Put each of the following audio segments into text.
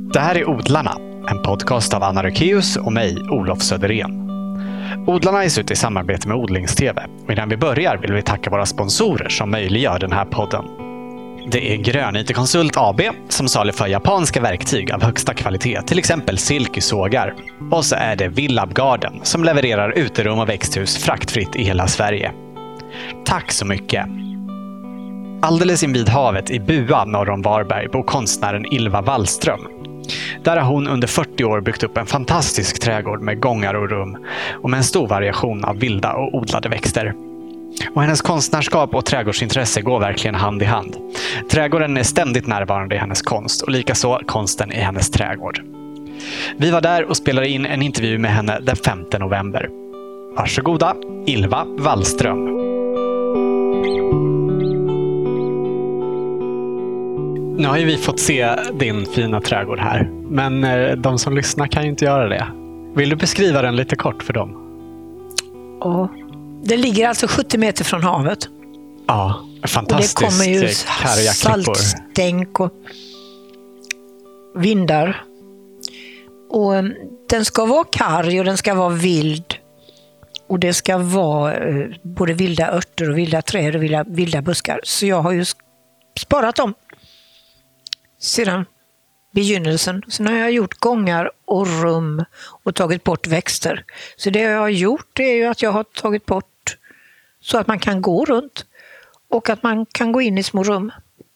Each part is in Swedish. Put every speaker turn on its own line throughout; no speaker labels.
Det här är Odlarna, en podcast av Anna Rökeus och mig, Olof Söderén. Odlarna ges ut i samarbete med Odlingstv. Och innan vi börjar vill vi tacka våra sponsorer som möjliggör den här podden. Det är Grön IT-konsult AB som saluför japanska verktyg av högsta kvalitet, till exempel silkesågar. Och så är det Villab Garden som levererar uterum och växthus fraktfritt i hela Sverige. Tack så mycket! Alldeles invid havet i Bua norr om Varberg bor konstnären Ylva Wallström. Där har hon under 40 år byggt upp en fantastisk trädgård med gångar och rum och med en stor variation av vilda och odlade växter. Och hennes konstnärskap och trädgårdsintresse går verkligen hand i hand. Trädgården är ständigt närvarande i hennes konst och likaså konsten i hennes trädgård. Vi var där och spelade in en intervju med henne den 5 november. Varsågoda, Ylva Wallström. Nu har ju vi fått se din fina trädgård här, men de som lyssnar kan ju inte göra det. Vill du beskriva den lite kort för dem?
Ja, det ligger alltså 70 meter från havet.
Ja, fantastiskt.
Och det kommer ju saltstänk och vindar. Och den ska vara karg och den ska vara vild. Och det ska vara både vilda örter och vilda träd och vilda buskar. Så jag har ju sparat dem sedan begynnelsen. Sen har jag gjort gångar och rum och tagit bort växter. Så det jag har gjort är ju att jag har tagit bort så att man kan gå runt och att man kan gå in i små rum.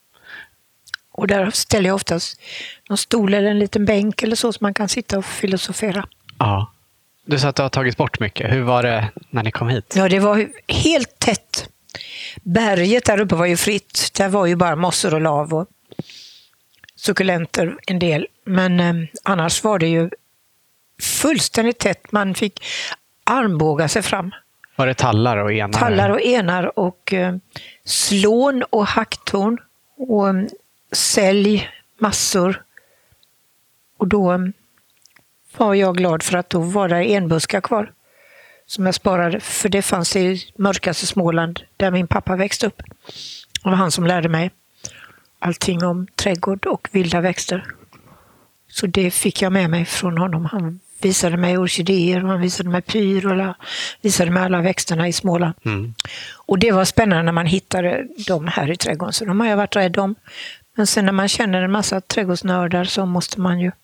Och där ställer jag oftast någon stol eller en liten bänk eller så man kan sitta och filosofera.
Ja. Du sa att du har tagit bort mycket. Hur var det när ni kom hit?
Ja, det var helt tätt. Berget där uppe var ju fritt. Där var ju bara mossor och lav och sukulenter en del. Men annars var det ju fullständigt tätt. Man fick armbåga sig fram.
Var det tallar och enar?
Tallar och enar och slån och hacktorn och sälj, massor. Och då var jag glad för att då var det enbuskar kvar som jag sparade. För det fanns i mörkaste Småland där min pappa växte upp. Det var han som lärde mig allting om trädgård och vilda växter. Så det fick jag med mig från honom. Han visade mig orkidéer och han visade mig pyr och visade mig alla växterna i Småland. Mm. Och det var spännande när man hittade dem här i trädgården. Så de har jag varit rädd om. Men sen när man känner en massa trädgårdsnördar så måste man ju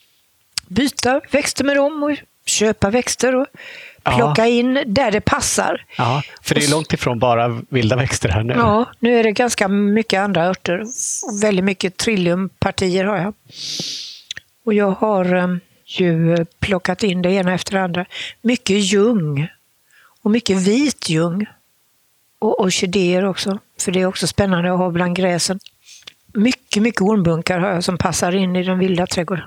byta växter med dem och köpa växter och plocka in där det passar. Ja,
för det är långt ifrån bara vilda växter här nu.
Ja, nu är det ganska mycket andra örter. Väldigt mycket trilliumpartier har jag. Och jag har ju plockat in det ena efter det andra. Mycket ljung och mycket vitljung. Och orkidéer också, för det är också spännande att ha bland gräsen. Mycket ormbunkar har jag som passar in i den vilda trädgården.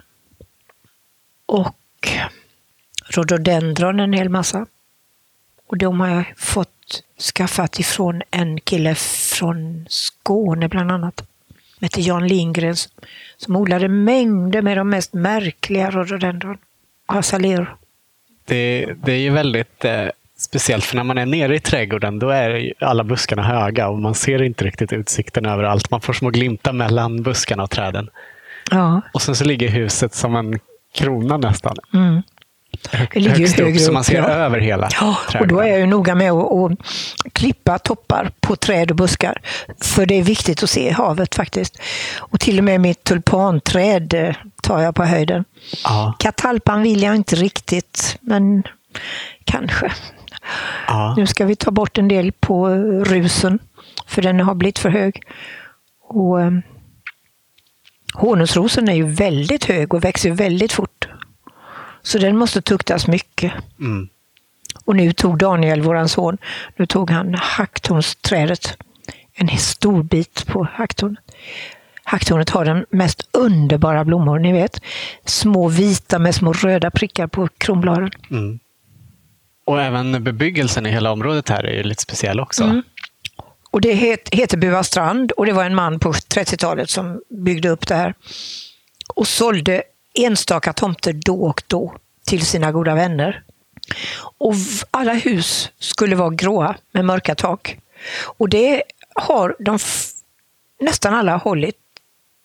Och rhododendron en hel massa. Och de har jag fått skaffat ifrån en kille från Skåne bland annat. Som heter Jan Lindgren som odlade mängder med de mest märkliga rhododendron. Azalea.
Det är ju väldigt speciellt för när man är nere i trädgården då är alla buskarna höga och man ser inte riktigt utsikten överallt. Man får små glimtar mellan buskarna och träden. Ja. Och sen så ligger huset som en krona nästan. Mm.
Det ligger högst upp
så man ser över hela trädgården.
Och då är jag ju noga med att klippa toppar på träd och buskar. För det är viktigt att se havet faktiskt. Och till och med mitt tulpanträd tar jag på höjden. Ja. Katalpan vill jag inte riktigt, men kanske. Ja. Nu ska vi ta bort en del på rusen för den har blivit för hög. Och honungsrosen är ju väldigt hög och växer väldigt fort. Så den måste tuktas mycket. Mm. Och nu tog Daniel, våran son, nu tog han hacktornsträdet. En stor bit på hacktornet. Hacktornet har den mest underbara blommor, ni vet. Små vita med små röda prickar på kronbladen. Mm.
Och även bebyggelsen i hela området här är ju lite speciell också. Mm.
Och det heter Bua strand och det var en man på 30-talet som byggde upp det här. Och sålde enstaka tomter då och då till sina goda vänner. Och alla hus skulle vara gråa med mörka tak. Och det har nästan alla hållit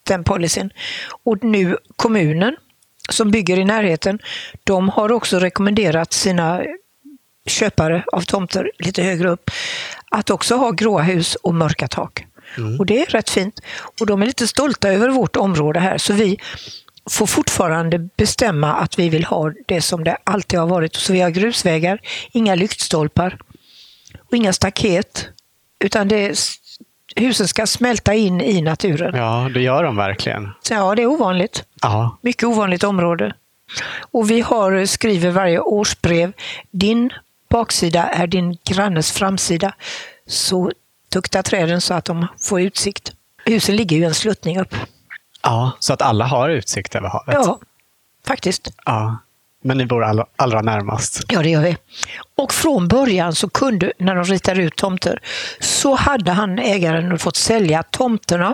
den policyn. Och nu kommunen som bygger i närheten, de har också rekommenderat sina köpare av tomter lite högre upp att också ha gråa hus och mörka tak. Och det är rätt fint. Och de är lite stolta över vårt område här, så vi får fortfarande bestämma att vi vill ha det som det alltid har varit. Så vi har grusvägar, inga lyktstolpar och inga staket, utan husen ska smälta in i naturen.
Ja, det gör de verkligen.
Så ja, det är ovanligt.
Ja.
Mycket ovanligt område. Och vi skriver varje årsbrev: din baksida är din grannes framsida. Så tukta träden så att de får utsikt. Husen ligger ju en sluttning upp.
Ja, så att alla har utsikt över havet.
Ja, faktiskt.
Ja, men ni bor allra närmast.
Ja, det gör vi. Och från början så kunde, när de ritade ut tomter, så hade ägaren fått sälja tomterna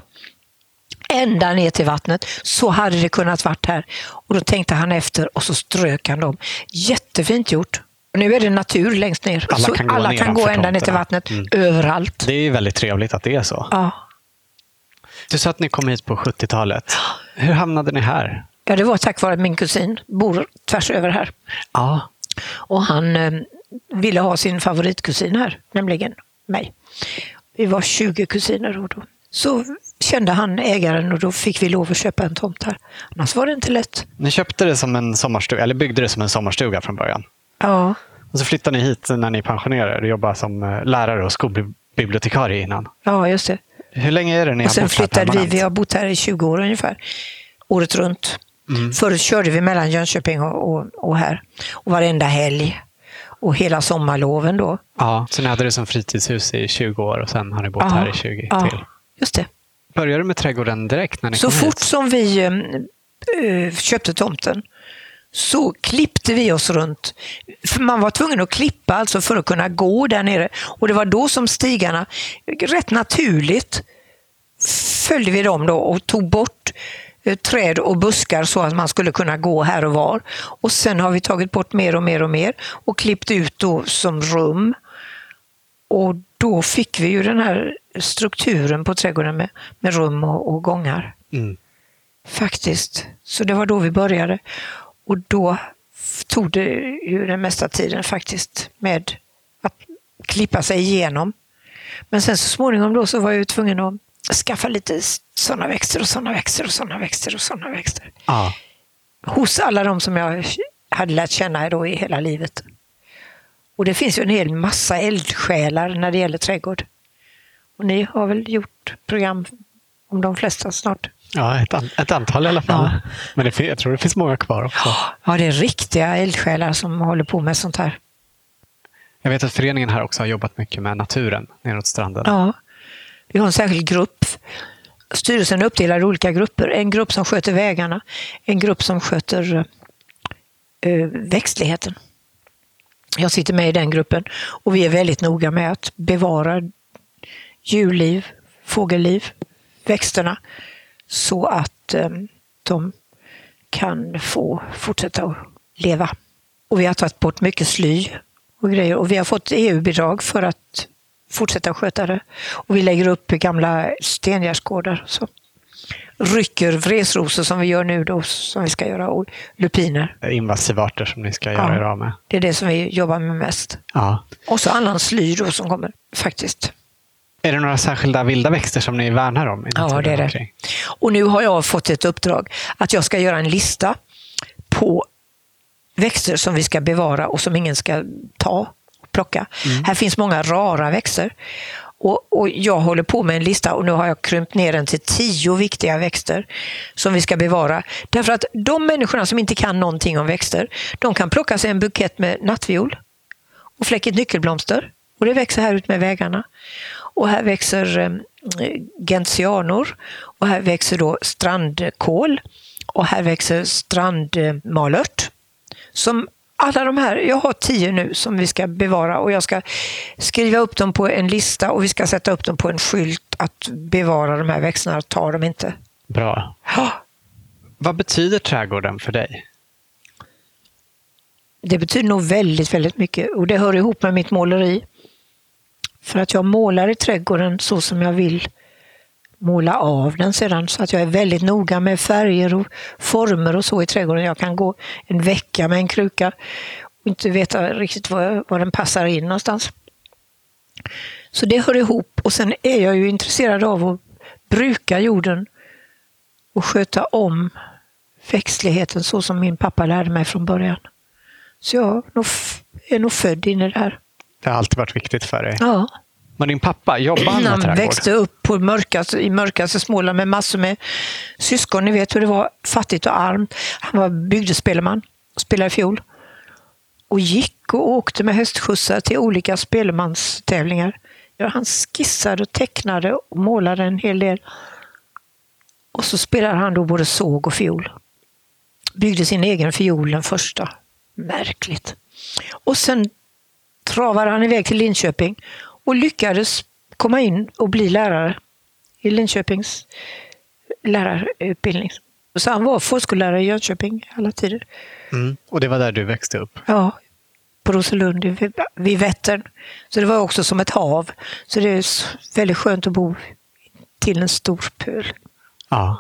ända ner till vattnet. Så hade det kunnat varit här. Och då tänkte han efter och så strök han dem. Jättefint gjort. Och nu är det natur längst ner. Alla kan gå ända ner till vattnet överallt.
Det är ju väldigt trevligt att det är så.
Ja.
Du sa att ni kom hit på 70-talet. Hur hamnade ni här?
Ja, det var tack vare att min kusin bor tvärs över här.
Ja.
Och han ville ha sin favoritkusin här, nämligen mig. Vi var 20 kusiner och då. Så kände han ägaren och då fick vi lov att köpa en tomt här. Annars var det inte lätt.
Ni köpte det som en sommarstuga, eller byggde det som en sommarstuga från början?
Ja.
Och så flyttade ni hit när ni pensionerade och jobbade som lärare och skolbibliotekarie innan.
Ja, just det.
Hur länge är det ni har bott här?
Och sen flyttade vi har bott här i 20 år ungefär. Året runt. Förut körde vi mellan Jönköping och här. Och varenda helg. Och hela sommarloven då.
Ja, så ni hade det som fritidshus i 20 år och sen har ni bott här i 20 till.
Just det.
Började du med trädgården direkt när ni
så
kom hit?
Så fort som vi köpte tomten så klippte vi oss runt. För man var tvungen att klippa alltså för att kunna gå där nere. Och det var då som stigarna rätt naturligt följde vi dem då och tog bort träd och buskar så att man skulle kunna gå här och var. Och sen har vi tagit bort mer och mer och mer och klippt ut då som rum. Och då fick vi ju den här strukturen på trädgården med rum och gångar. Faktiskt. Så det var då vi började. Och då tog det ju den mesta tiden faktiskt med att klippa sig igenom. Men sen så småningom då så var jag ju tvungen att skaffa lite sådana växter och sådana växter och sådana växter och sådana växter.
Ja.
Hos alla de som jag hade lärt känna då i hela livet. Och det finns ju en hel massa eldsjälar när det gäller trädgård. Och ni har väl gjort program om de flesta snart?
Ja, ett antal i alla fall. Ja. Men jag tror det finns många kvar också.
Ja, det är riktiga eldsjälar som håller på med sånt här.
Jag vet att föreningen här också har jobbat mycket med naturen neråt stranden.
Ja, vi har en särskild grupp. Styrelsen är uppdelad i olika grupper. En grupp som sköter vägarna. En grupp som sköter växtligheten. Jag sitter med i den gruppen. Och vi är väldigt noga med att bevara djurliv, fågelliv, växterna. Så att de kan få fortsätta att leva. Och vi har tagit bort mycket sly och grejer. Och vi har fått EU-bidrag för att fortsätta sköta det. Och vi lägger upp gamla stengärdsgårdar. Så rycker vresrosor som vi gör nu då, som vi ska göra, och lupiner.
Invasiva arter som ni ska göra er av med.
Det är det som vi jobbar med mest.
Ja.
Och så annan sly då som kommer faktiskt.
Är det några särskilda vilda växter som ni värnar om?
Ja, det är det. Och nu har jag fått ett uppdrag att jag ska göra en lista på växter som vi ska bevara och som ingen ska ta och plocka. Här finns många rara växter. Och jag håller på med en lista och nu har jag krympt ner den till 10 viktiga växter som vi ska bevara. Därför att de människorna som inte kan någonting om växter, de kan plocka sig en bukett med nattviol och fläckigt nyckelblomster. Och det växer här ut med vägarna. Och här växer gentianor och här växer då strandkål och här växer strandmalört. Som alla de här, jag har 10 nu som vi ska bevara och jag ska skriva upp dem på en lista och vi ska sätta upp dem på en skylt att bevara de här växterna, tar dem inte.
Bra.
Ja.
Vad betyder trädgården för dig?
Det betyder nog väldigt, väldigt mycket och det hör ihop med mitt måleri. För att jag målar i trädgården så som jag vill måla av den sedan, så att jag är väldigt noga med färger och former och så i trädgården. Jag kan gå en vecka med en kruka och inte veta riktigt var den passar in någonstans. Så det hör ihop, och sen är jag ju intresserad av att bruka jorden och sköta om växtligheten så som min pappa lärde mig från början. Så jag är nog född in i det här.
Det har alltid varit viktigt för dig.
Ja.
Men din pappa, jobbade han med trädgård?
Han växte upp på i mörkaste Småland med massor med syskon. Ni vet hur det var, fattigt och armt. Han var bygdespelman och spelade fiol. Och gick och åkte med hästskjutsar till olika spelmanstävlingar. Ja, han skissade och tecknade och målade en hel del. Och så spelade han då både såg och fiol. Byggde sin egen fiol, den första. Märkligt. Och sen travade han iväg till Linköping och lyckades komma in och bli lärare i Linköpings lärarutbildning. Så han var förskollärare i Jönköping alla tider.
Och det var där du växte upp?
Ja, på Rosenlund vid Vättern. Så det var också som ett hav. Så det är väldigt skönt att bo till en stor pöl.
Ja.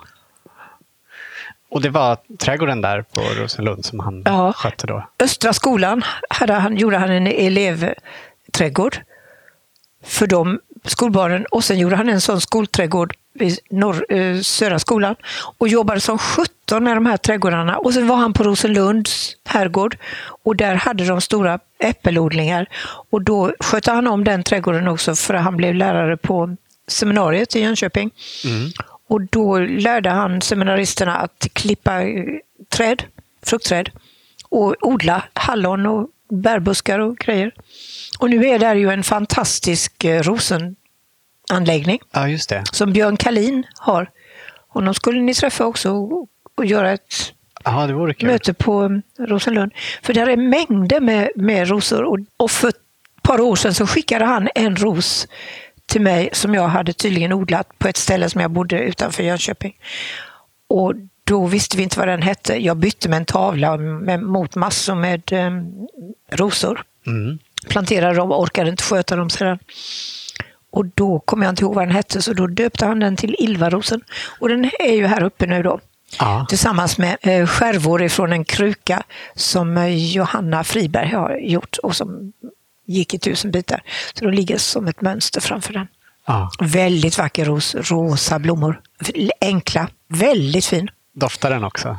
Och det var trädgården där på Rosenlund som han skötte då?
Östra skolan gjorde han en elevträdgård för de skolbarnen. Och sen gjorde han en sån skolträdgård vid södra skolan. Och jobbade som 17 med de här trädgårdarna. Och sen var han på Rosenlunds herrgård. Och där hade de stora äppelodlingar. Och då skötte han om den trädgården också, för att han blev lärare på seminariet i Jönköping. Och då lärde han seminaristerna att klippa fruktträd och odla hallon och bärbuskar och grejer. Och nu är det ju en fantastisk rosenanläggning.
Ja, just det.
Som Björn Kalin har. Honom skulle ni träffa också och göra ett
det vore kul.
Möte på Rosenlund. För där är mängder med rosor. Och för ett par år sedan så skickade han en ros till mig som jag hade tydligen odlat på ett ställe som jag bodde utanför Jönköping. Och då visste vi inte vad den hette. Jag bytte med en tavla mot massor med rosor. Planterade dem och orkade inte sköta dem sedan. Och då kom jag inte ihåg vad den hette, så då döpte han den till Ilvarosen. Och den är ju här uppe nu då. Tillsammans med skärvor ifrån en kruka som Johanna Friberg har gjort och som gick i 1000 bitar. Så de ligger som ett mönster framför den. Väldigt vacker rosa blommor. Enkla, väldigt fin.
Doftar den också?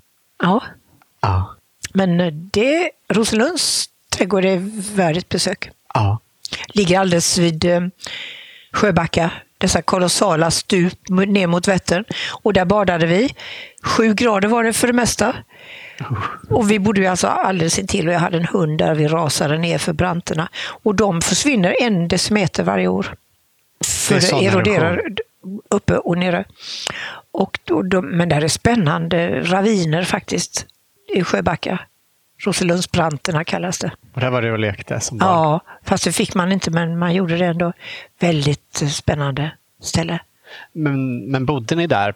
Ja. Men Rosenlunds trädgård är värd ett besök. Ligger alldeles vid Sjöbacka. Dessa kolossala stup ner mot Vättern. Och där badade vi. 7 grader var det för det mesta. Och vi bodde ju alltså alldeles intill, och jag hade en hund där vi rasade ner för branterna. Och de försvinner 1 decimeter varje år. För det eroderar uppe och nere. Men där är spännande raviner faktiskt i Sjöbacka. Rosenlundsbranterna kallas det.
Och där var det och lekte som barn?
Ja, fast det fick man inte, men man gjorde det ändå. Väldigt spännande ställe.
Men bodde ni där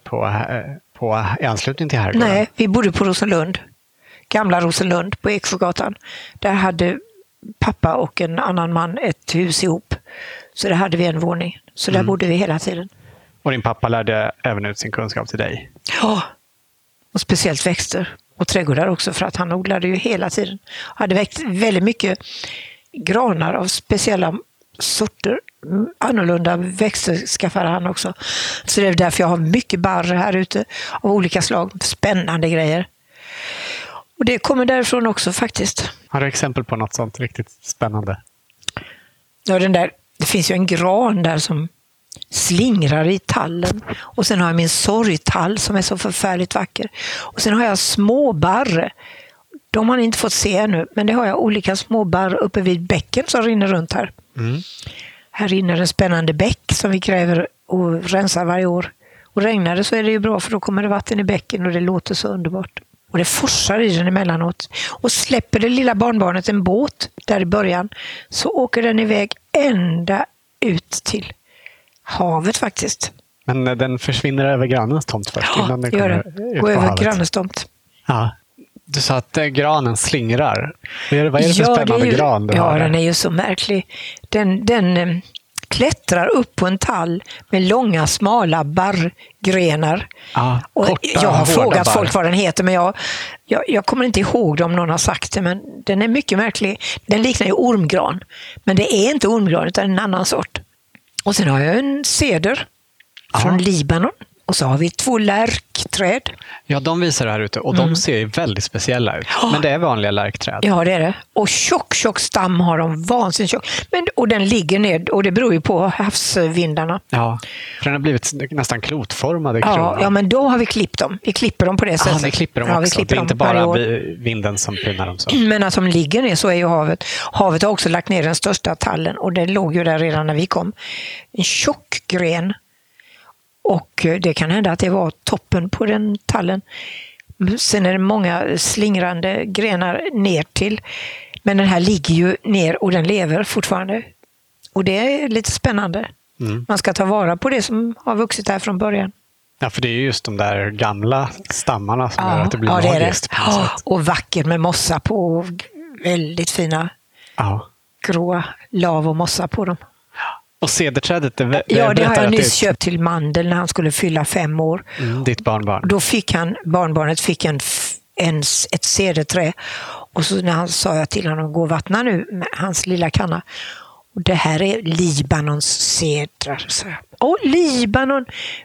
i anslutning till herrgården?
Nej, vi bodde på Rosenlund. Gamla Rosenlund på Eksjögatan. Där hade pappa och en annan man ett hus ihop. Så där hade vi en våning. Så där bodde vi hela tiden.
Och din pappa lärde även ut sin kunskap till dig?
Ja, och speciellt växter. Och trädgårdar också, för att han odlade ju hela tiden. Hade växt väldigt mycket granar av speciella sorter. Annorlunda växter skaffade han också. Så det är därför jag har mycket barr här ute av olika slag. Spännande grejer. Och det kommer därifrån också faktiskt.
Har du exempel på något sånt riktigt spännande?
Ja, det finns ju en gran där som slingrar i tallen. Och sen har jag min sorgtall som är så förfärligt vacker. Och sen har jag småbarr. De har ni inte fått se ännu, men det har jag olika småbarr uppe vid bäcken som rinner runt här. Här rinner en spännande bäck som vi gräver och rensar varje år. Och regnar det så är det ju bra, för då kommer det vatten i bäcken och det låter så underbart. Och det forsar i den emellanåt. Och släpper det lilla barnbarnet en båt där i början, så åker den iväg ända ut till havet faktiskt.
Men den försvinner över grannens tomt först?
Ja, det gör det. Gå över grannens tomt.
Ja. Du sa att granen slingrar. Vad är det för spännande gran du har?
Ja, den är ju så märklig. Den klättrar upp på en tall med långa smala barrgrenar. Och jag har frågat folk vad den heter, men jag kommer inte ihåg det om någon har sagt det, men den är mycket märklig. Den liknar ju ormgran, men det är inte ormgran utan en annan sort. Och sen har jag en ceder från Libanon. Och så har vi 2 lärkträd.
Ja, de visar här ute och de ser väldigt speciella ut. Men det är vanliga lärkträd.
Ja, det är det. Och tjock stam har de, vansinnigt tjock. Och den ligger ner, och det beror ju på havsvindarna.
Ja, för den har blivit nästan klotformad i kronan.
Ja, men då har vi klippt dem. Vi klipper dem på det sättet.
Ja, vi klipper dem också. Det är inte bara vinden som pinar dem så.
Men att de ligger ner så är ju havet. Havet har också lagt ner den största tallen, och den låg ju där redan när vi kom. En tjock gren. Och det kan hända att det var toppen på den tallen. Sen är det många slingrande grenar ner till. Men den här ligger ju ner och den lever fortfarande. Och det är lite spännande. Man ska ta vara på det som har vuxit här från början.
Ja, för det är ju just de där gamla stammarna som gör att det blir magiskt.
Och vackert med mossa på. Väldigt fina gråa lav och mossa på dem.
Och cederträdet,
det har jag nyss köpt till Mandel när han skulle fylla 5 år.
Ditt barnbarn.
Då fick barnbarnet fick ett cederträ. Och så när han sa jag till honom, gå och vattna nu med hans lilla kanna. Och det här är Libanons cedrar. Libanon!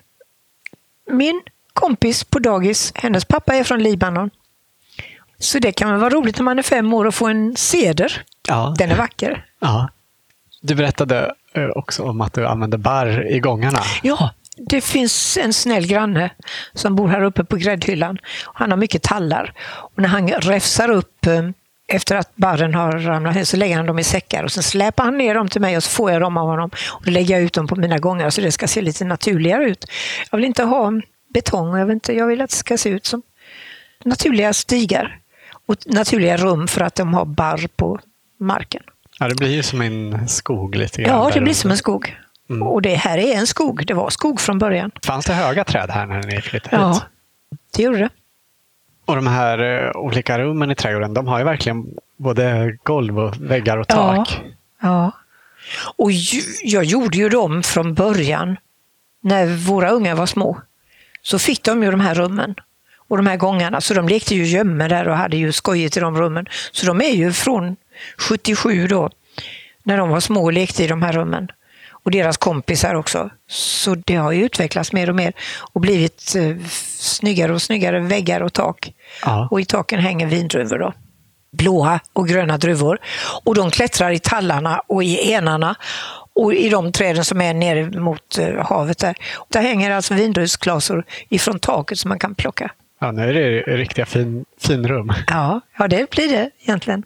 Min kompis på dagis, hennes pappa är från Libanon. Så det kan väl vara roligt när man är 5 år och få en ceder. Ja. Den är vacker.
Ja. Du berättade också om att du använder barr i gångarna.
Ja, det finns en snäll granne som bor här uppe på gräddhyllan. Han har mycket tallar. Och när han räfsar upp efter att barren har ramlat ner så lägger han dem i säckar. Och sen släpar han ner dem till mig och så får jag dem av honom. Och då lägger jag ut dem på mina gångar så det ska se lite naturligare ut. Jag vill inte ha betong. Jag vill att det ska se ut som naturliga stigar. Och naturliga rum för att de har barr på marken.
Ja, det blir ju som en skog lite grann.
Ja, det blir som en skog. Och det här är en skog. Det var skog från början.
Fanns det höga träd här när ni flyttade hit?
Ja, det gjorde det.
Och de här olika rummen i trädgården, de har ju verkligen både golv och väggar och tak.
Ja. Och jag gjorde ju dem från början. När våra unga var små så fick de ju de här rummen. Och de här gångarna. Så de lekte ju gömmer där och hade ju skojigt i de rummen. Så de är ju från 77 då. När de var små och lekte i de här rummen. Och deras kompisar också. Så det har ju utvecklats mer och mer. Och blivit snyggare och snyggare väggar och tak. Ja. Och i taken hänger vindruvor då. Blåa och gröna druvor. Och de klättrar i tallarna och i enarna. Och i de träden som är nere mot havet där. Där hänger alltså vindruvsklasor ifrån taket som man kan plocka.
Ja, nu är det riktiga finrum.
Ja, det blir det egentligen.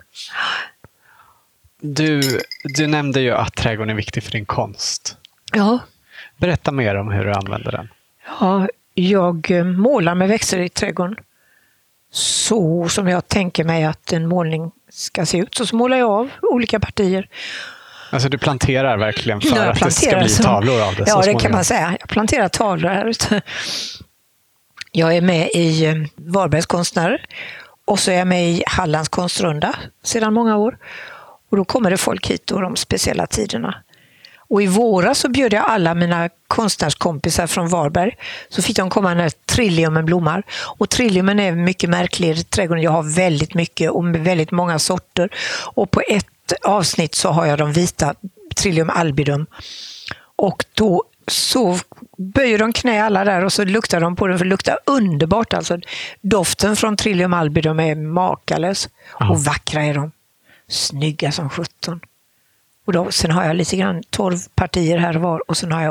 Du nämnde ju att trädgården är viktig för din konst.
Ja.
Berätta mer om hur du använder den.
Ja, jag målar med växter i trädgården. Så som jag tänker mig att en målning ska se ut. Så målar jag av olika partier.
Alltså du planterar verkligen för att det ska bli tavlor av det?
Ja, det kan man säga. Jag planterar tavlor här ute. Jag är med i Varbergs konstnärer och så är jag med i Hallands konstrunda sedan många år. Och då kommer det folk hit och de speciella tiderna. Och i våras så bjöd jag alla mina konstnärskompisar från Varberg. Så fick de komma när trilliumen blommar. Och trilliumen är mycket märklig i trädgården. Jag har väldigt mycket och väldigt många sorter. Och på ett avsnitt så har jag de vita trillium albidum. Och då så böjer de knä alla där och så luktar de på det, för det luktar underbart. Alltså, doften från trillium albidum är makalös. Och vackra är de. Snygga som 17. Och då, sen har jag lite grann torvpartier här och var. Och sen har jag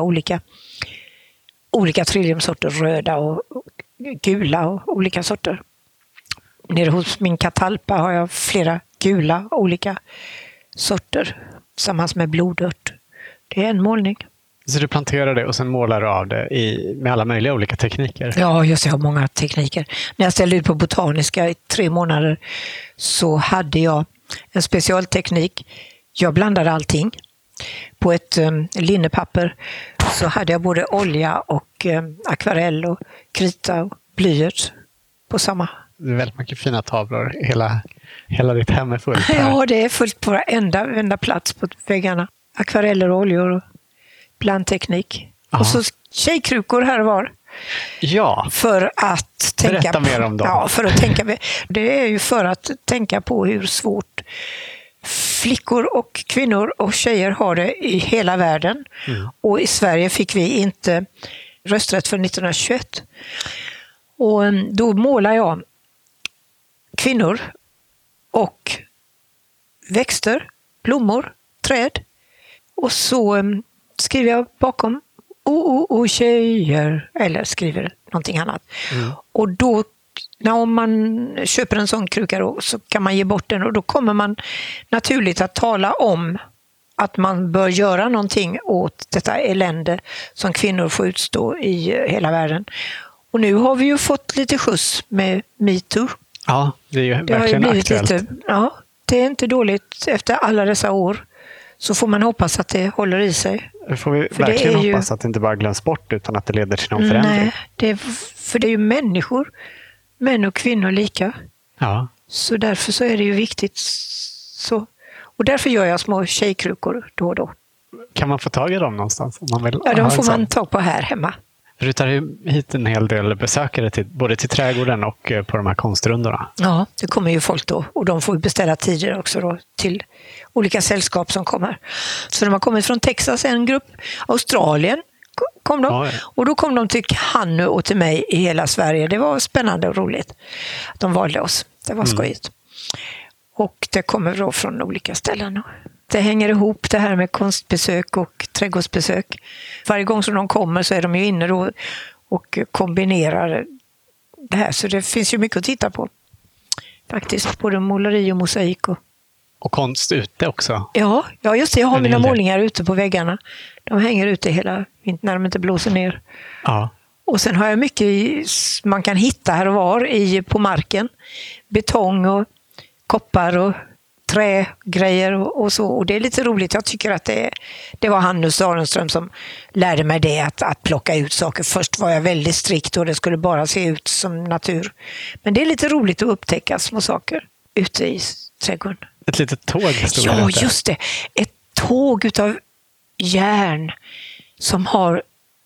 olika trilliumsorter. Röda och gula och olika sorter. Nere hos min katalpa har jag flera gula olika sorter. Tillsammans med blodört. Det är en målning.
Så du planterar det och sen målar du av det med alla möjliga olika tekniker?
Ja, jag har många tekniker. När jag ställde ut på Botaniska i 3 månader så hade jag en specialteknik. Jag blandade allting. På ett linnepapper så hade jag både olja och akvarell och krita och blyert på samma.
Det är väldigt mycket fina tavlor. Hela ditt hem är fullt här.
Ja, det är fullt på varenda plats på väggarna. Akvareller och oljor. blandteknik.
Aha.
Och så tjejkrukor här och var.
Ja,
För att tänka
berätta mer om dem.
Ja, för att tänka. Det är ju för att tänka på hur svårt flickor och kvinnor och tjejer har det i hela världen. Och i Sverige fick vi inte rösträtt för 1921. Och då målar jag kvinnor och växter, blommor, träd. Och så skriver jag bakom tjejer, eller skriver någonting annat. Och då, om man köper en sån kruka då, så kan man ge bort den och då kommer man naturligt att tala om att man bör göra någonting åt detta elände som kvinnor får utstå i hela världen. Och nu har vi ju fått lite skjuts med MeToo.
Ja, det är ju
Det har ju
verkligen
blivit
aktuellt.
lite, ja, det är inte dåligt efter alla dessa år. Så får man hoppas att det håller i sig.
Det får vi
För det
verkligen
är ju-
hoppas att det inte bara glöms bort utan att det leder till någon förändring.
Nej, för det är ju människor, män och kvinnor lika.
Ja.
Så därför så är det ju viktigt. Så. Och därför gör jag små tjejkrukor då och då.
Kan man få tag i dem någonstans? Om man vill
Ja,
ha
de
en
får
sån?
man tag på här hemma.
Du tar ju hit en hel del besökare både till trädgården och på de här konstrundorna.
Ja, det kommer ju folk då. Och de får beställa tider också då till olika sällskap som kommer. Så de har kommit från Texas, en grupp. Australien kom de.
Ja, ja.
Och då kom de till Hannu och till mig i hela Sverige. Det var spännande och roligt. De valde oss. Det var skojigt. Och det kommer då från olika ställen. Det hänger ihop det här med konstbesök och trädgårdsbesök. Varje gång som de kommer så är de ju inne då och kombinerar det här. Så det finns ju mycket att titta på. Faktiskt, både måleri och mosaik.
Och konst ute också.
Ja, just det. Jag har
En
mina
hel del.
målningar ute på väggarna. De hänger ute hela vintern när de inte blåser ner.
Ja.
Och sen har jag mycket man kan hitta här och var på marken. Betong och koppar och trägrejer och så. Och det är lite roligt. Jag tycker att det var Hannu Sarenström som lärde mig det, att plocka ut saker. Först var jag väldigt strikt och det skulle bara se ut som natur. Men det är lite roligt att upptäcka små saker ute i trädgården.
Ett litet tåg stod
Ja,
där ute.
just det. Ett tåg utav järn som har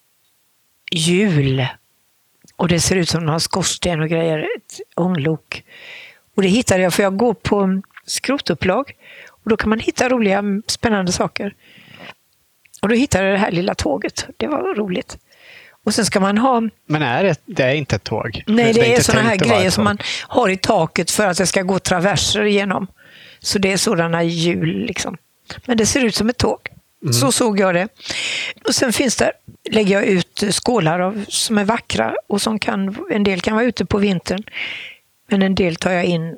hjul. Och det ser ut som några skorsten och grejer. Ett ånglok. Och det hittade jag, för jag går på skrotupplag. Och då kan man hitta roliga, spännande saker. Och då hittade jag det här lilla tåget. Det var roligt. Och sen ska man ha...
Men det är inte ett tåg?
Nej, det är
inte
sådana här
tänkt att vara
grejer
ett
som
tåg.
man har i taket för att det ska gå traverser igenom. Så det är sådana hjul liksom. Men det ser ut som ett tåg. Så såg jag det. Och sen lägger jag ut skålar som är vackra och som en del kan vara ute på vintern. Men en del tar jag in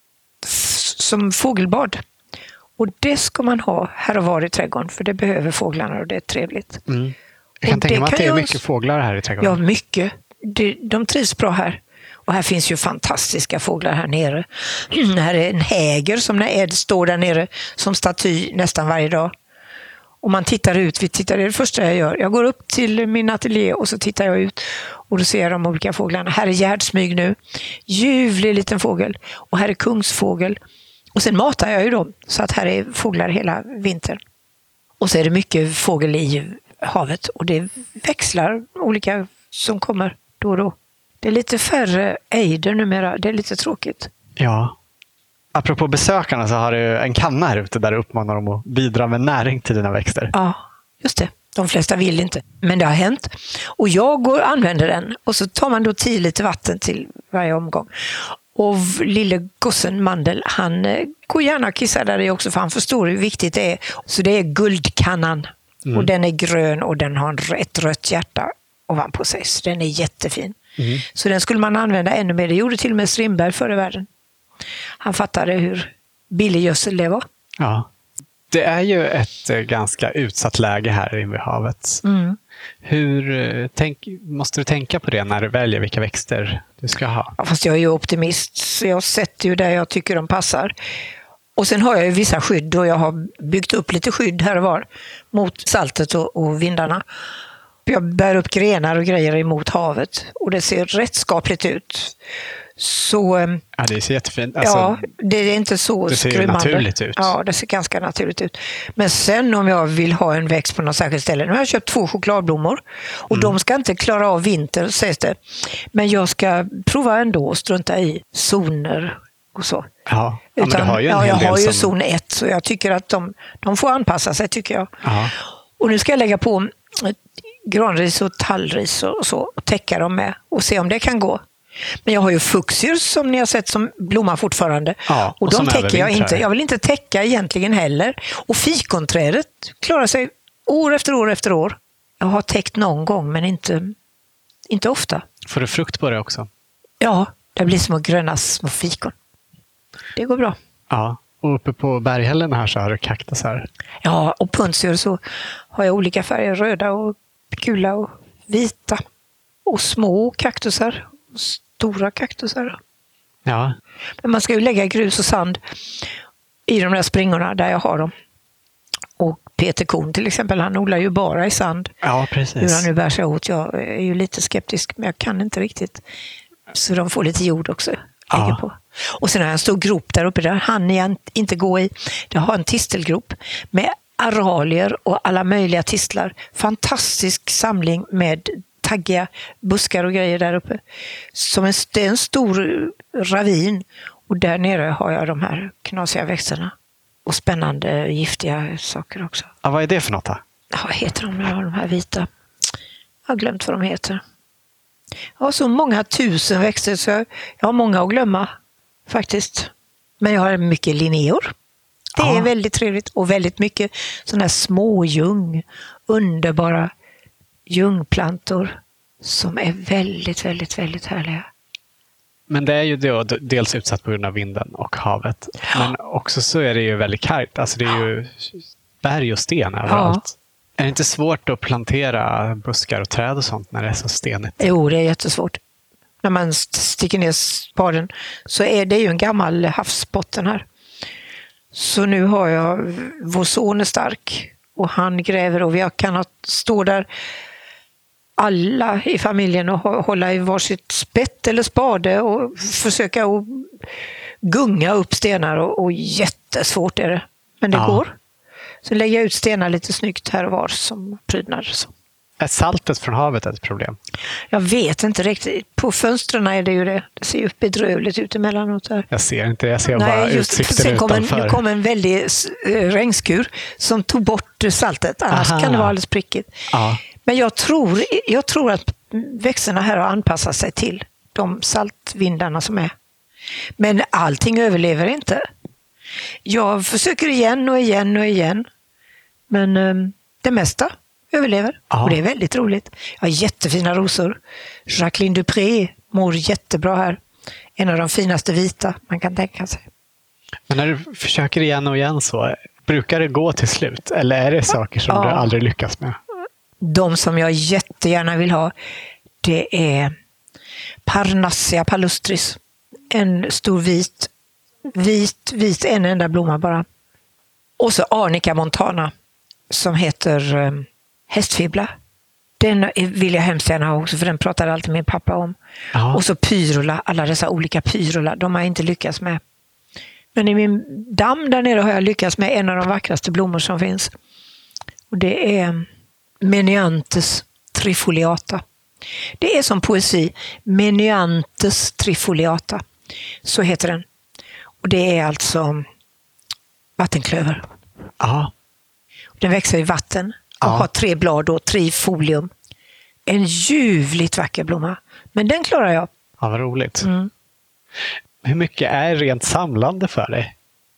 som fågelbad. Och det ska man ha här och var i trädgården, för det behöver fåglarna och det är trevligt.
Jag kan
Och
tänka mig att det är
jag-
mycket fåglar här i trädgården.
Ja, mycket. De trivs bra här. Och här finns ju fantastiska fåglar här nere. Här är en häger som när Ed står där nere som staty nästan varje dag. Och man tittar ut, det är det första jag gör. Jag går upp till min ateljé och så tittar jag ut och då ser jag de olika fåglarna. Här är gärdsmyg nu. Ljuvlig liten fågel. Och här är kungsfågel. Och sen matar jag ju dem så att här är fåglar hela vintern. Och så är det mycket fågel i havet och det växlar olika som kommer då och då. Det är lite färre ejder numera. Det är lite tråkigt.
Ja. Apropå besökarna så har du en kanna här ute där du uppmanar dem att bidra med näring till dina växter.
Ja, just det. De flesta vill inte. Men det har hänt. Och jag använder den. Och så tar man då 10 liter vatten till varje omgång. Och lille gossen Mandel, han går gärna och kissar där i också, för han förstår hur viktigt det är. Så det är guldkannan. Och den är grön och den har ett rött hjärta ovanpå sig. Så den är jättefin. Så den skulle man använda ännu mer. Det gjorde till och med Strindberg förr i världen. Han fattade hur billig gödsel det var.
Ja. Det är ju ett ganska utsatt läge här inne vid havet. Hur måste du tänka på det när du väljer vilka växter du ska ha?
Ja, fast jag är ju optimist, så jag sätter ju där jag tycker de passar. Och sen har jag ju vissa skydd och jag har byggt upp lite skydd här och var mot saltet och vindarna. Jag bär upp grenar och grejer emot havet och det ser rätt skapligt ut. Så,
ja, det ser jättefint. Alltså,
ja, det är inte så
det ser
skrymmande.
naturligt ut.
Ja, det ser ganska naturligt ut. Men sen om jag vill ha en växt på något särskilt ställe. Nu har jag köpt 2 chokladblommor. Och de ska inte klara av vinter, sägs det. Men jag ska prova ändå att strunta i zoner och så.
Ja, men du har ju en hel
jag
del
har ju
som...
zon 1, så jag tycker att de får anpassa sig, tycker jag.
Ja.
Och nu ska jag lägga på granris och tallris och så och täcka dem med och se om det kan gå. Men jag har ju fuchsier som ni har sett som blommar fortfarande.
Ja,
och de täcker jag inte.
övervintrar.
Jag vill inte täcka egentligen heller. Och fikonträdet klarar sig år efter år efter år. Jag har täckt någon gång, men inte ofta.
Får du frukt på det också?
Ja, det blir små gröna små fikon. Det går bra.
Ja, och uppe på berghällen här så har du kaktusar.
Ja, och punsior så har jag olika färger. Röda och gula och vita. Och små kaktusar. Och stora kaktusar.
Ja.
Men man ska ju lägga grus och sand i de där springorna där jag har dem. Och Peter Kohn till exempel, han odlar ju bara i sand.
Ja, precis.
Hur han nu bär sig åt. Jag är ju lite skeptisk, men jag kan inte riktigt. Så de får lite jord också.
Ja.
På. Och sen har jag en stor grop där uppe, där han jag inte gå i. Jag har en tistelgrop med aralier och alla möjliga tistlar. Fantastisk samling med taggiga buskar och grejer där uppe. Som en stor ravin. Och där nere har jag de här knasiga växterna. Och spännande, giftiga saker också.
Ja, vad är det för något då?
Vad heter de? Jag har de här vita. Jag har glömt vad de heter. Jag har så många tusen växter så jag har många att glömma faktiskt. Men jag har mycket linneor. Det är väldigt trevligt. Och väldigt mycket sådana här små ljung. Underbara ljungplantor som är väldigt, väldigt, väldigt härliga.
Men det är ju då dels utsatt på grund av vinden och havet. Men också så är det ju väldigt kargt. Alltså det är ju berg och sten överallt. Är det inte svårt att plantera buskar och träd och sånt när det är så stenigt?
Jo, det är jättesvårt. När man sticker ner spaden så är det ju en gammal havsbotten här. Så nu har jag, vår son är stark och han gräver och vi kan stå där alla i familjen och hålla i varsitt spett eller spade och försöka att gunga upp stenar och jättesvårt är det. Men det går. Så lägger jag ut stenar lite snyggt här och var som prydnader.
Är saltet från havet ett problem?
Jag vet inte riktigt. På fönstren är det ju det. Det ser ju bedrövligt ut emellanåt här.
Jag ser inte det. Jag ser bara utsikten utanför.
Nu kom en väldig regnskur som tog bort saltet. Annars kan det vara alldeles prickigt.
Ja.
Men jag tror att växterna här har anpassat sig till de saltvindarna som är. Men allting överlever inte. Jag försöker igen och igen och igen. Men det mesta överlever.
Ja.
Och det är väldigt roligt. Jag har jättefina rosor. Jacqueline Dupré mår jättebra här. En av de finaste vita man kan tänka sig.
Men när du försöker igen och igen så, brukar det gå till slut? Eller är det saker som du aldrig lyckas med?
De som jag jättegärna vill ha, det är Parnassia palustris. En stor vit en enda blomma bara. Och så Arnica montana som heter hästfibbla. Den vill jag hemskt gärna ha också, för den pratar alltid min pappa om. Aha. Och så pyrula, alla dessa olika pyrula, de har jag inte lyckats med. Men i min damm där nere har jag lyckats med en av de vackraste blommor som finns. Och det är Meniantes trifoliata. Det är som poesi. Meniantes trifoliata. Så heter den. Och det är alltså vattenklöver.
Ja.
Den växer i vatten och har 3 blad och trifolium. En ljuvligt vacker blomma. Men den klarar jag.
Ja, vad roligt. Hur mycket är rent samlande för dig?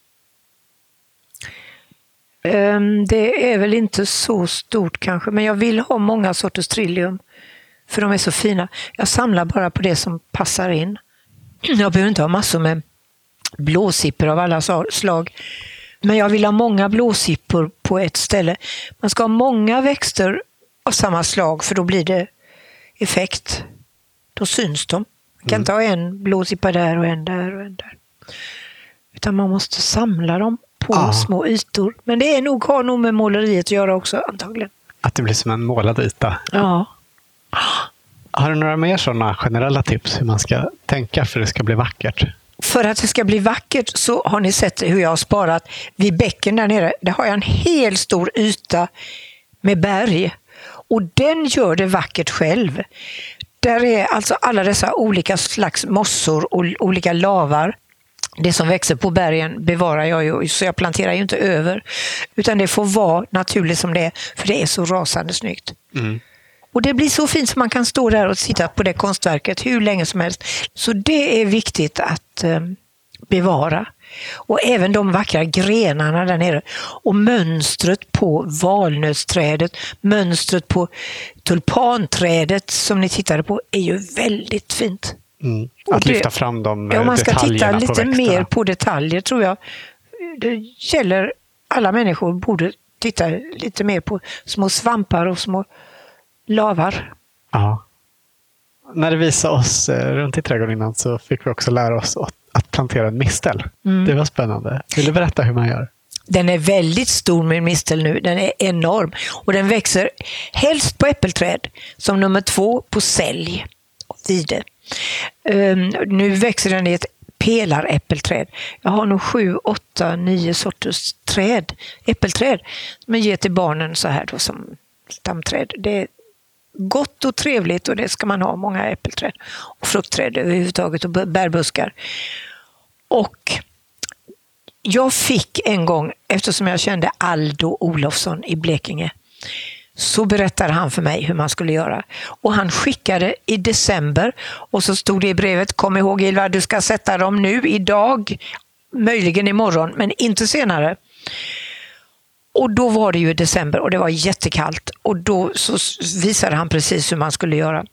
Det är väl inte så stort kanske, men jag vill ha många sorters trillium. För de är så fina. Jag samlar bara på det som passar in. Jag behöver inte ha massor med blåsippor av alla slag. Men jag vill ha många blåsippor på ett ställe. Man ska ha många växter av samma slag, för då blir det effekt. Då syns de. Man kan inte ha en blåsippa där och en där och en där. Utan man måste samla dem på små ytor. Men det är har nog med måleriet att göra också, antagligen.
Att det blir som en målad yta.
Ja.
Har du några mer sådana generella tips hur man ska tänka för att det ska bli vackert?
För att det ska bli vackert så har ni sett hur jag har sparat vid bäcken där nere. Där har jag en hel stor yta med berg. Och den gör det vackert själv. Där är alltså alla dessa olika slags mossor och olika lavar. Det som växer på bergen bevarar jag ju, så jag planterar ju inte över. Utan det får vara naturligt som det är, för det är så rasande snyggt.
Mm.
Och det blir så fint som man kan stå där och titta på det konstverket hur länge som helst. Så det är viktigt att bevara. Och även de vackra grenarna där nere. Och mönstret på valnötsträdet, mönstret på tulpanträdet som ni tittade på är ju väldigt fint.
Mm. Att lyfta fram de detaljerna.
Ja, man ska titta lite
på
mer på detaljer, tror jag. Det gäller alla människor borde titta lite mer på små svampar och små lavar.
Ja. När du visade oss runt i trädgården innan så fick vi också lära oss att plantera en mistel. Mm. Det var spännande. Vill du berätta hur man gör?
Den är väldigt stor med mistel nu. Den är enorm. Och den växer helst på äppelträd som nummer 2 på sälj och vide. Nu växer den i ett pelaräppelträd. Jag har nog 7, 8, 9 sorters äppelträd som jag ger till barnen så här då, som stamträd. Det är gott och trevligt och det ska man ha, många äppelträd och fruktträd överhuvudtaget och bärbuskar. Och jag fick en gång, eftersom jag kände Aldo Olofsson i Blekinge, så berättade han för mig hur man skulle göra. Och han skickade i december och så stod det i brevet: kom ihåg Ylva, du ska sätta dem nu idag, möjligen imorgon, men inte senare. Och då var det ju december och det var jättekallt. Och då så visade han precis hur man skulle göra.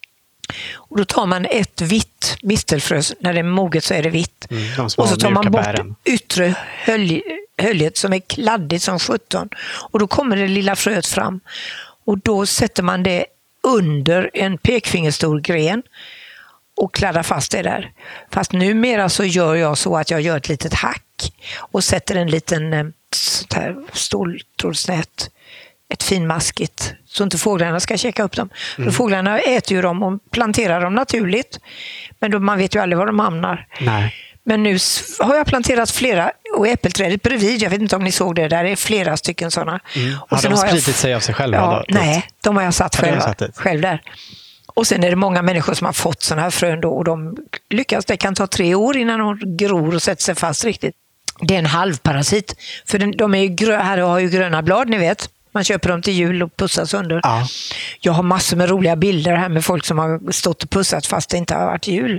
Och då tar man ett vitt mistelfrö, när det är moget så är det vitt. Och så tar man bort yttre höljet som är kladdigt som 17. Och då kommer det lilla fröet fram. Och då sätter man det under en pekfingerstor gren och kladdar fast det där. Fast numera så gör jag så att jag gör ett litet hack och sätter en liten sånt här ståltrådsnät, ett finmaskigt, så inte fåglarna ska checka upp dem. För fåglarna äter ju dem och planterar dem naturligt, men då, man vet ju aldrig var de hamnar.
Nej.
Men nu har jag planterat flera, och äppelträdet bredvid, jag vet inte om ni såg det, där är flera stycken sådana. Och
har de spridit sig av sig själva?
Ja, nej, de har jag satt själv där. Och sen är det många människor som har fått sådana här frön då, och de lyckas, det kan ta 3 år innan de gror och sätter sig fast riktigt. Det är en halvparasit, för de är ju här har ju gröna blad, ni vet. Man köper dem till jul och pussas under. Ja. Jag har massor med roliga bilder här med folk som har stått och pussat fast det inte har varit jul.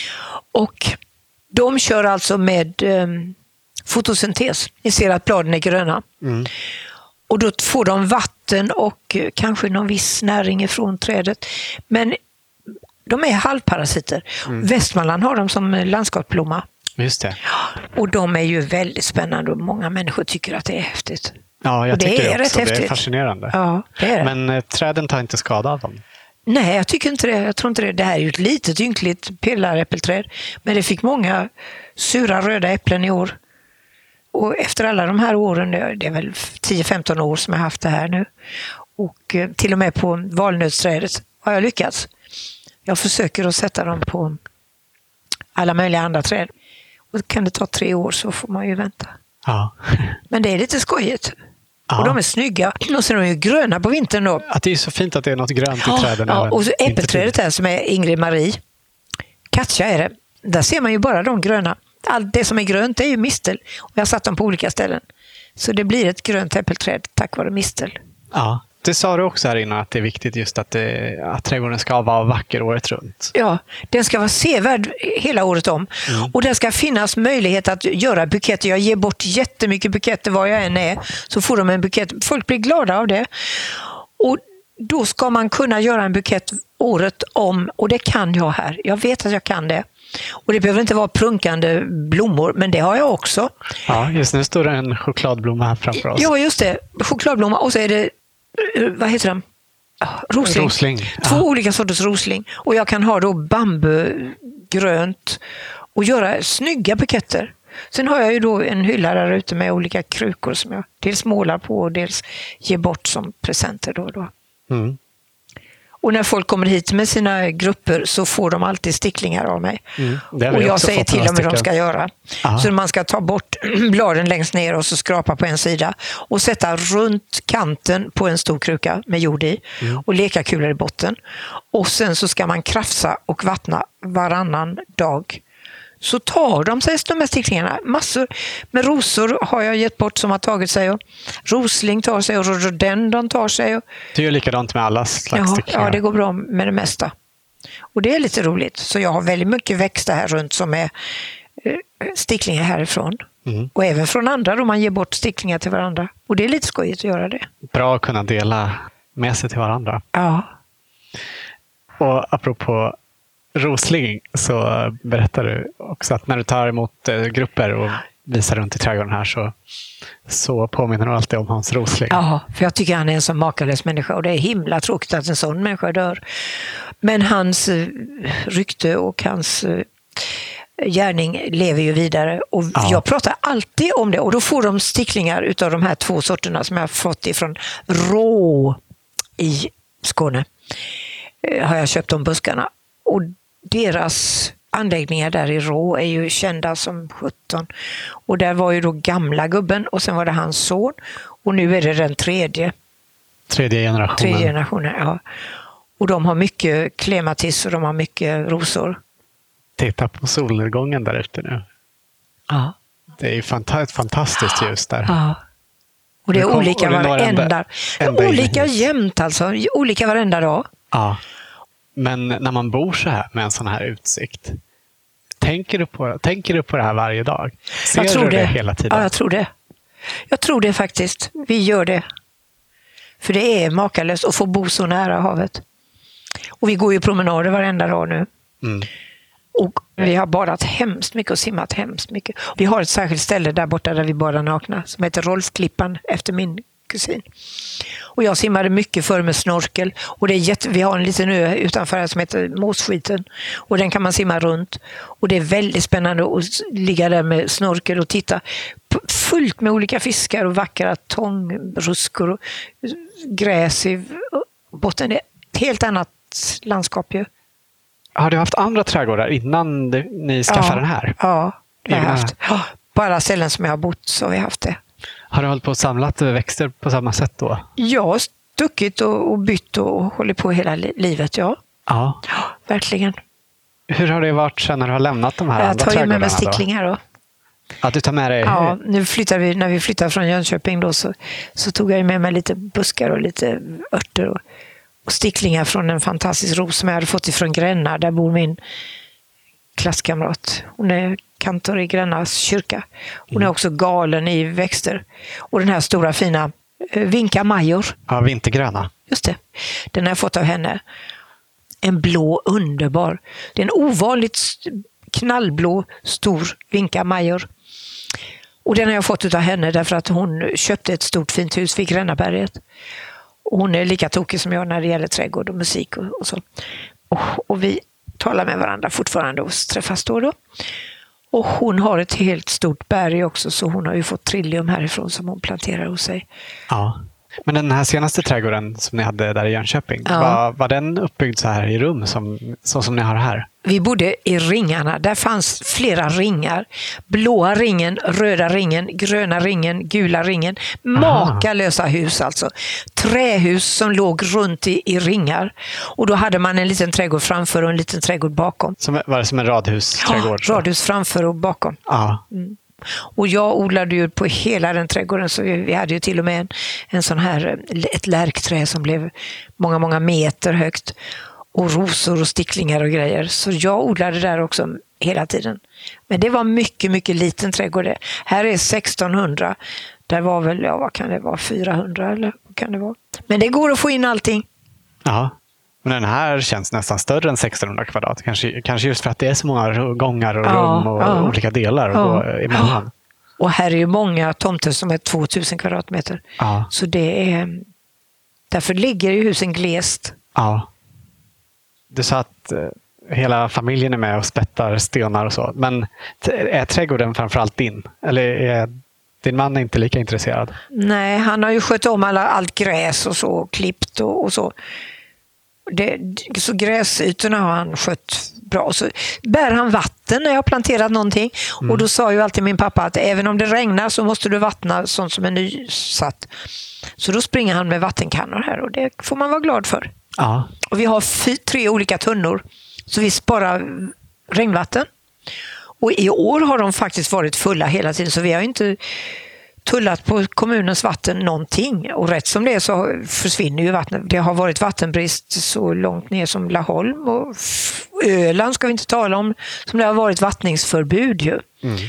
Och de kör alltså med fotosyntes. Ni ser att bladen är gröna. Och då får de vatten och kanske någon viss näring ifrån trädet. Men de är halvparasiter. Västmanland har dem som landskapsblomma.
Just det.
Och de är ju väldigt spännande och många människor tycker att det är häftigt.
Ja, jag tycker det också.
Häftigt.
Det är fascinerande.
Ja, det är det.
Men träden tar inte skada av dem?
Nej, jag tycker inte det. Jag tror inte det. Det här är ju ett litet ynkligt pelaräppelträd. Men det fick många sura röda äpplen i år. Och efter alla de här åren, det är väl 10-15 år som jag har haft det här nu. Och till och med på valnötsträdet har jag lyckats. Jag försöker att sätta dem på alla möjliga andra träd. Och kan det ta 3 år så får man ju vänta.
Ja.
Men det är lite skojigt. Ja. Och de är snygga. Och sen är de ju gröna på vintern då.
Att det är så fint att det är något grönt i träden.
Ja, och så äppelträdet här som är Ingrid Marie. Katja är det. Där ser man ju bara de gröna. Allt det som är grönt är ju mistel. Och jag har satt dem på olika ställen. Så det blir ett grönt äppelträd tack vare mistel.
Ja, det sa du också här innan att det är viktigt just att trädgården ska vara vacker året runt.
Ja, den ska vara sevärd hela året om. Och det ska finnas möjlighet att göra buketter. Jag ger bort jättemycket buketter var jag än är. Så får de en bukett. Folk blir glada av det. Och då ska man kunna göra en bukett året om. Och det kan jag här. Jag vet att jag kan det. Och det behöver inte vara prunkande blommor, men det har jag också.
Ja, just nu står det en chokladblomma här framför oss.
Ja, just det. Chokladblomma och så är det, vad heter den? Rosling. 2 olika sorters rosling. Och jag kan ha då bambugrönt och göra snygga buketter. Sen har jag ju då en hylla där ute med olika krukor som jag dels målar på och dels ger bort som presenter då och då. Och när folk kommer hit med sina grupper så får de alltid sticklingar av mig. Och jag säger till dem hur de ska göra. Aha. Så man ska ta bort bladen längst ner och så skrapa på en sida och sätta runt kanten på en stor kruka med jord i och lekakulor i botten. Och sen så ska man krafsa och vattna varannan dag. Så tar de sig de här sticklingarna. Massor med rosor har jag gett bort som har tagit sig. Och rosling tar sig och rhododendron tar sig.
Du gör likadant med alla slags sticklingar?
Ja, det går bra med det mesta. Och det är lite roligt. Så jag har väldigt mycket växter här runt som är sticklingar härifrån. Och även från andra då man ger bort sticklingar till varandra. Och det är lite skojigt att göra det.
Bra att kunna dela med sig till varandra.
Ja.
Och apropå rosling så berättar du också att när du tar emot grupper och visar runt i trädgården här så påminner du alltid om Hans Rosling.
Ja, för jag tycker han är en så makalös människa och det är himla tråkigt att en sån människa dör. Men hans rykte och hans gärning lever ju vidare och jag pratar alltid om det och då får de sticklingar utav de här 2 sorterna som jag har fått ifrån Rå i Skåne. Har jag köpt de buskarna och deras anläggningar där i Rå är ju kända som 17. Och där var ju då gamla gubben och sen var det hans son. Och nu är det den tredje generationen. Ja. Och de har mycket klematis och de har mycket rosor.
Titta på solnedgången där ute nu.
Ja.
Det är ju fantastiskt ljus där.
Ja. Och det är olika varenda. Olika jämnt alltså. Olika varenda dag.
Ja. Men när man bor så här med en sån här utsikt, tänker du på det här varje dag? Ser du det hela tiden?
Ja, jag tror det. Jag tror det faktiskt. Vi gör det. För det är makalöst att få bo så nära havet. Och vi går ju promenader varenda dag nu. Och vi har badat hemskt mycket och simmat hemskt mycket. Vi har ett särskilt ställe där borta där vi badar nakna som heter Rolfklippan efter min kusin. Och jag simmade mycket förr med snorkel. Och det är vi har en liten ö utanför här som heter Måsskiten. Och den kan man simma runt. Och det är väldigt spännande att ligga där med snorkel och titta. Fullt med olika fiskar och vackra tångruskor och gräs i botten. Det är ett helt annat landskap ju.
Har du haft andra trädgårdar innan ni skaffade den här?
Ja, det har jag haft. På alla ställen som jag har bott så har vi haft det.
Har du hållit på och samlat växter på samma sätt då?
Jag har stuckit och bytt och hållit på hela livet, ja.
Ja,
verkligen.
Hur har det varit sen när du har lämnat de här andra trädgårdarna?
Jag tar ju med mig sticklingar då.
Ja, du tar med dig?
Ja, när vi flyttade från Jönköping då så tog jag med mig lite buskar och lite örter och sticklingar från en fantastisk ros som jag hade fått ifrån Gränna. Där bor min klasskamrat. Hon är kantor i Grännas kyrka. Hon är också galen i växter. Och den här stora fina Vinca Major.
Ja, vintergröna.
Just det. Den har jag fått av henne. En blå underbar. Det är en ovanligt knallblå stor Vinca Major. Och den har jag fått av henne därför att hon köpte ett stort fint hus vid Grännaberget. Och hon är lika tokig som jag när det gäller trädgård och musik och så. Och vi talar med varandra fortfarande och träffas då. Och hon har ett helt stort berg också så hon har ju fått trillium härifrån som hon planterar hos sig.
Ja. Men den här senaste trädgården som ni hade där i Jönköping, var den uppbyggd så här i rum som ni har här? Vi
bodde i ringarna. Där fanns flera ringar. Blåa ringen, röda ringen, gröna ringen, gula ringen. Makalösa hus alltså. Trähus som låg runt i ringar. Och då hade man en liten trädgård framför och en liten trädgård bakom.
Var det som en radhusträdgård?
Ja, radhus framför och bakom.
Ja.
Mm. Och jag odlade ju på hela den trädgården så vi hade ju till och med en sån här, ett lärkträ som blev många, många meter högt och rosor och sticklingar och grejer. Så jag odlade där också hela tiden. Men det var mycket, mycket liten trädgård. Här är 1600. Där var väl, vad kan det vara, 400 eller vad kan det vara? Men det går att få in allting.
Ja. Men den här känns nästan större än 1600 kvadrat. Kanske just för att det är så många gångar och rum och olika delar att gå emellan.
Och här är ju många tomter som är 2000 kvadratmeter.
Ja.
Så det är... Därför ligger ju husen glest.
Ja. Du sa att hela familjen är med och spettar stenar och så. Men är trädgården framförallt din? Eller är din man inte lika intresserad?
Nej, han har ju skött om allt gräs och så, klippt och så. Så gräsytorna har han skött bra. Så bär han vatten när jag har planterat någonting. Och då sa ju alltid min pappa att även om det regnar så måste du vattna sånt som är nysatt. Så då springer han med vattenkannor här och det får man vara glad för.
Ja.
Och vi har 3 olika tunnor så vi sparar regnvatten. Och i år har de faktiskt varit fulla hela tiden så vi har inte tullat på kommunens vatten någonting. Och rätt som det är så försvinner ju vattnet. Det har varit vattenbrist så långt ner som Laholm och Öland ska vi inte tala om, som det har varit vattningsförbud ju.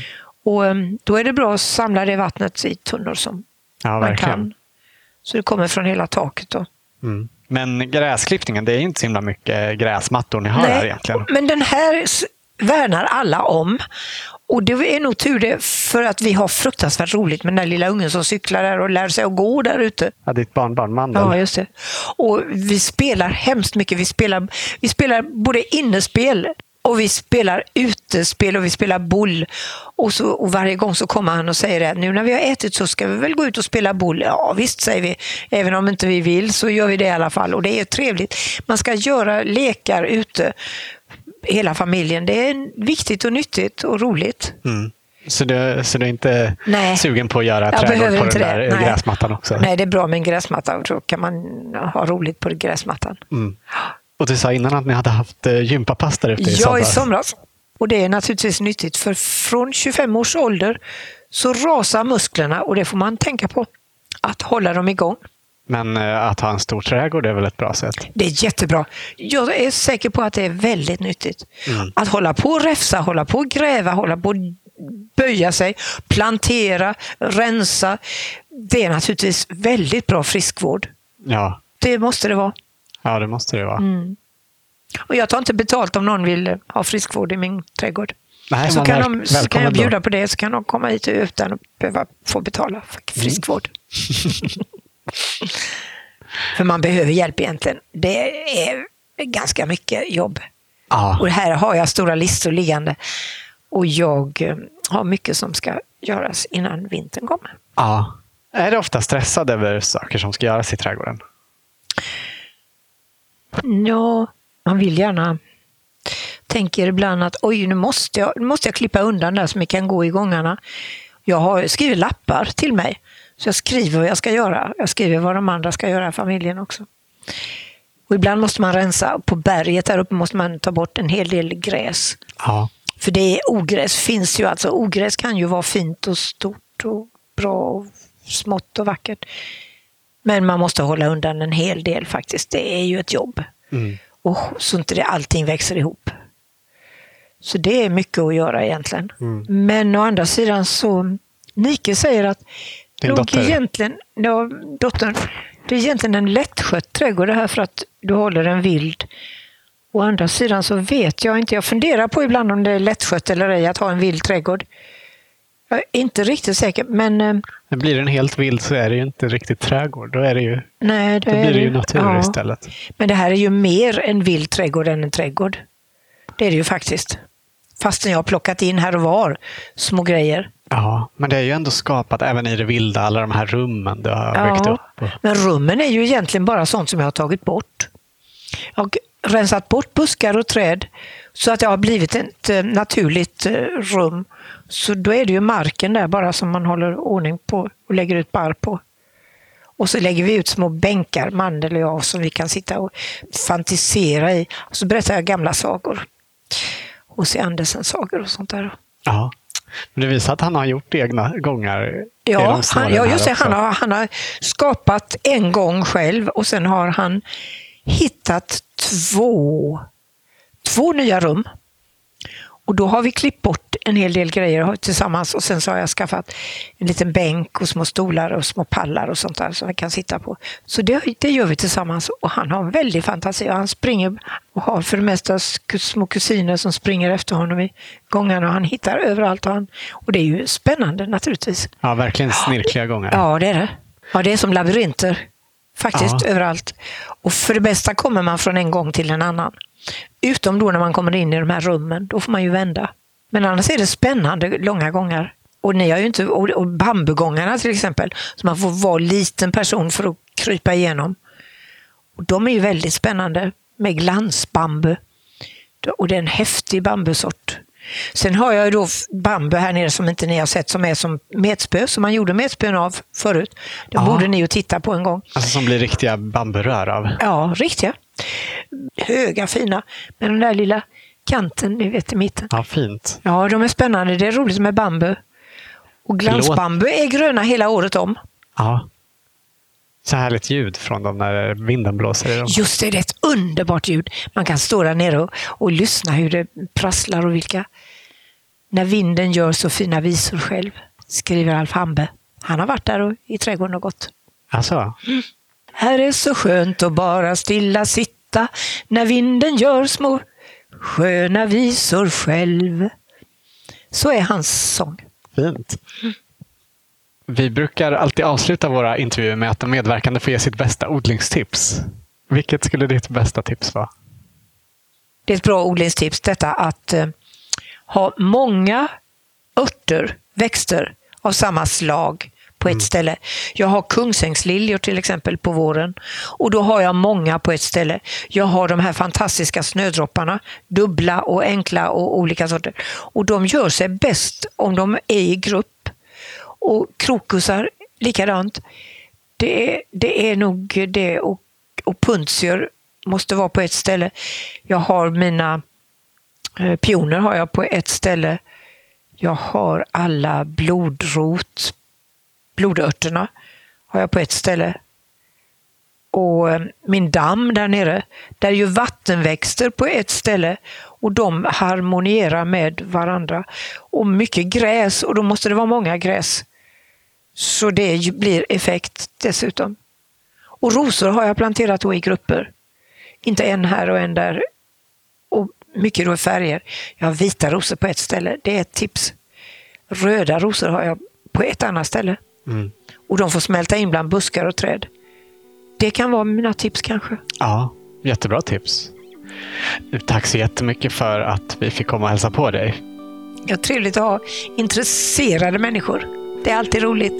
Och då är det bra att samla det vattnet i tunnor som man kan. Så det kommer från hela taket då.
Men gräsklippningen, det är inte så himla mycket gräsmattor ni har här egentligen.
Men den här värnar alla om. Och det är nog tur det, för att vi har fruktansvärt roligt med den där lilla ungen som cyklar där och lär sig att gå där ute.
Ja, ditt barnbarn Mandel.
Ja, just det. Och vi spelar hemskt mycket. Vi spelar både innespel och vi spelar utespel och vi spelar boll. Och varje gång så kommer han och säger att nu när vi har ätit så ska vi väl gå ut och spela boll. Ja visst, säger vi. Även om inte vi vill så gör vi det i alla fall. Och det är trevligt. Man ska göra lekar ute. Hela familjen. Det är viktigt och nyttigt och roligt.
Så du är inte sugen på att göra trädgård på den där gräsmattan också? Nej,
det är bra med en gräsmatta och då kan man ha roligt på gräsmattan.
Och du sa innan att ni hade haft gympapass där ute i somras.
Ja, i somras. Och det är naturligtvis nyttigt för från 25 års ålder så rasar musklerna och det får man tänka på. Att hålla dem igång.
Men att ha en stor trädgård är väl ett bra sätt?
Det är jättebra. Jag är säker på att det är väldigt nyttigt. Att hålla på och räfsa, hålla på och gräva, hålla på och böja sig, plantera, rensa. Det är naturligtvis väldigt bra friskvård.
Ja.
Det måste det vara.
Ja, det måste det vara.
Och jag tar inte betalt om någon vill ha friskvård i min trädgård.
Nej,
så kan jag bjuda på det så kan de komma hit utan att behöva få betala för friskvård. För man behöver hjälp egentligen. Det är ganska mycket jobb.
Ja.
Och här har jag stora listor liggande. Och jag har mycket som ska göras innan vintern kommer.
Ja. Är det ofta stressad över saker som ska göras i trädgården?
Ja, man vill gärna tänker ibland att oj, nu måste jag klippa undan där så vi kan gå i gångarna. Jag har skrivit lappar till mig. Så jag skriver vad jag ska göra. Jag skriver vad de andra ska göra i familjen också. Och ibland måste man rensa. På berget där uppe måste man ta bort en hel del gräs.
Ja.
För det är ogräs finns ju alltså. Ogräs kan ju vara fint och stort och bra och smått och vackert. Men man måste hålla undan en hel del faktiskt. Det är ju ett jobb. Och så inte allting växer ihop. Så det är mycket att göra egentligen. Men å andra sidan så Nike säger att dottern, det är egentligen en lättskött trädgård det här för att du håller den vild. Å andra sidan så vet jag inte. Jag funderar på ibland om det är lättskött eller ej att ha en vild trädgård. Jag är inte riktigt säker, men
blir den helt vild så är det ju inte riktigt trädgård. Då är det ju, då blir det ju natur istället.
Men det här är ju mer en vild trädgård än en trädgård. Det är det ju faktiskt. Fastän jag har plockat in här och var små grejer. Ja,
men det är ju ändå skapat även i det vilda, alla de här rummen du har byggt upp.
Men rummen är ju egentligen bara sånt som jag har tagit bort. Jag har rensat bort buskar och träd så att det har blivit ett naturligt rum. Så då är det ju marken där bara som man håller ordning på och lägger ut barr på. Och så lägger vi ut små bänkar, Mandel och jag, som vi kan sitta och fantisera i. Och så berättar jag gamla sagor. H.C. Andersens sagor och sånt där.
Ja, men det visar att han har gjort egna gångar.
Ja, han har skapat en gång själv och sen har han hittat två nya rum. Och då har vi klippt bort en hel del grejer tillsammans och sen så har jag skaffat en liten bänk och små stolar och små pallar och sånt där som vi kan sitta på. Så det gör vi tillsammans och han har en väldig fantasi och han springer och har för det mesta små kusiner som springer efter honom i gångarna och han hittar överallt och det är ju spännande naturligtvis.
Ja, verkligen snirkliga gångar.
Ja, det är det. Ja, det är som labyrinter faktiskt överallt. Och för det bästa kommer man från en gång till en annan. Utom då när man kommer in i de här rummen, då får man ju vända. Men annars är det spännande långa gångar. Och ni har ju inte, och bambugångarna till exempel, så man får vara liten person för att krypa igenom. Och de är ju väldigt spännande. med glansbambu. Och det är en häftig bambusort. Sen har jag då bambu här nere som inte ni har sett, som är som metspö, som man gjorde metspön av förut. Det borde ni ju titta på en gång.
Alltså som blir riktiga bamburör av?
Ja, riktiga. Höga, fina. Med den där lilla kanten, ni vet, i mitten.
Ja, fint.
Ja, de är spännande. Det är roligt med bambu. Och glansbambu är gröna hela året om.
Ja. Så härligt ljud från dem när vinden blåser i dem.
Just det, det är ett underbart ljud. Man kan stå där nere och lyssna hur det prasslar och vilka... När vinden gör så fina visor själv, skriver Alf Hambe. Han har varit där i trädgården och gått.
Alltså?
Här är så skönt att bara stilla sitta när vinden gör små sköna visor själv. Så är hans sång.
Fint. Vi brukar alltid avsluta våra intervjuer med att de medverkande får ge sitt bästa odlingstips. Vilket skulle ditt bästa tips vara?
Det är ett bra odlingstips detta att ha många örter, växter av samma slag på ett ställe. Jag har kungsängsliljor till exempel på våren och då har jag många på ett ställe. Jag har de här fantastiska snödropparna, dubbla och enkla och olika sorter. Och de gör sig bäst om de är i grupp. Och krokusar likadant. Det är nog det, och puntier måste vara på ett ställe. Jag har mina pioner har jag på ett ställe. Jag har alla blodörterna har jag på ett ställe. Och min damm där nere, där är ju vattenväxter på ett ställe och de harmonierar med varandra. Och mycket gräs, och då måste det vara många gräs. Så det blir effekt dessutom. Och rosor har jag planterat då i grupper. Inte en här och en där. Och mycket då färger. Jag har vita rosor på ett ställe. Det är ett tips. Röda rosor har jag på ett annat ställe. Och de får smälta in bland buskar och träd. Det kan vara mina tips kanske.
Ja, jättebra tips. Tack så jättemycket för att vi fick komma och hälsa på dig.
Ja, trevligt att ha intresserade människor. Det är alltid roligt.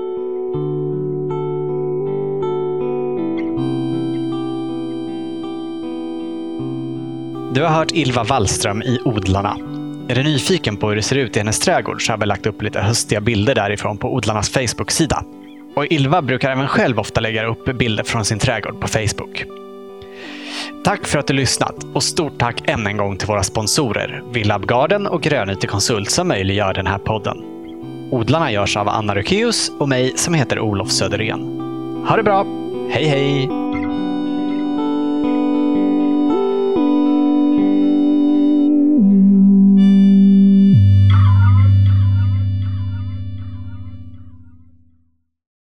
Du har hört Ylva Wallström i Odlarna. Är du nyfiken på hur det ser ut i hennes trädgård så har vi lagt upp lite höstiga bilder därifrån på Odlarnas Facebook-sida. Och Ylva brukar även själv ofta lägga upp bilder från sin trädgård på Facebook. Tack för att du lyssnat och stort tack än en gång till våra sponsorer Villab Garden och Grönyte Konsult som möjliggör den här podden. Odlarna görs av Anna Rökeus och mig som heter Olof Söderén. Ha det bra! Hej hej!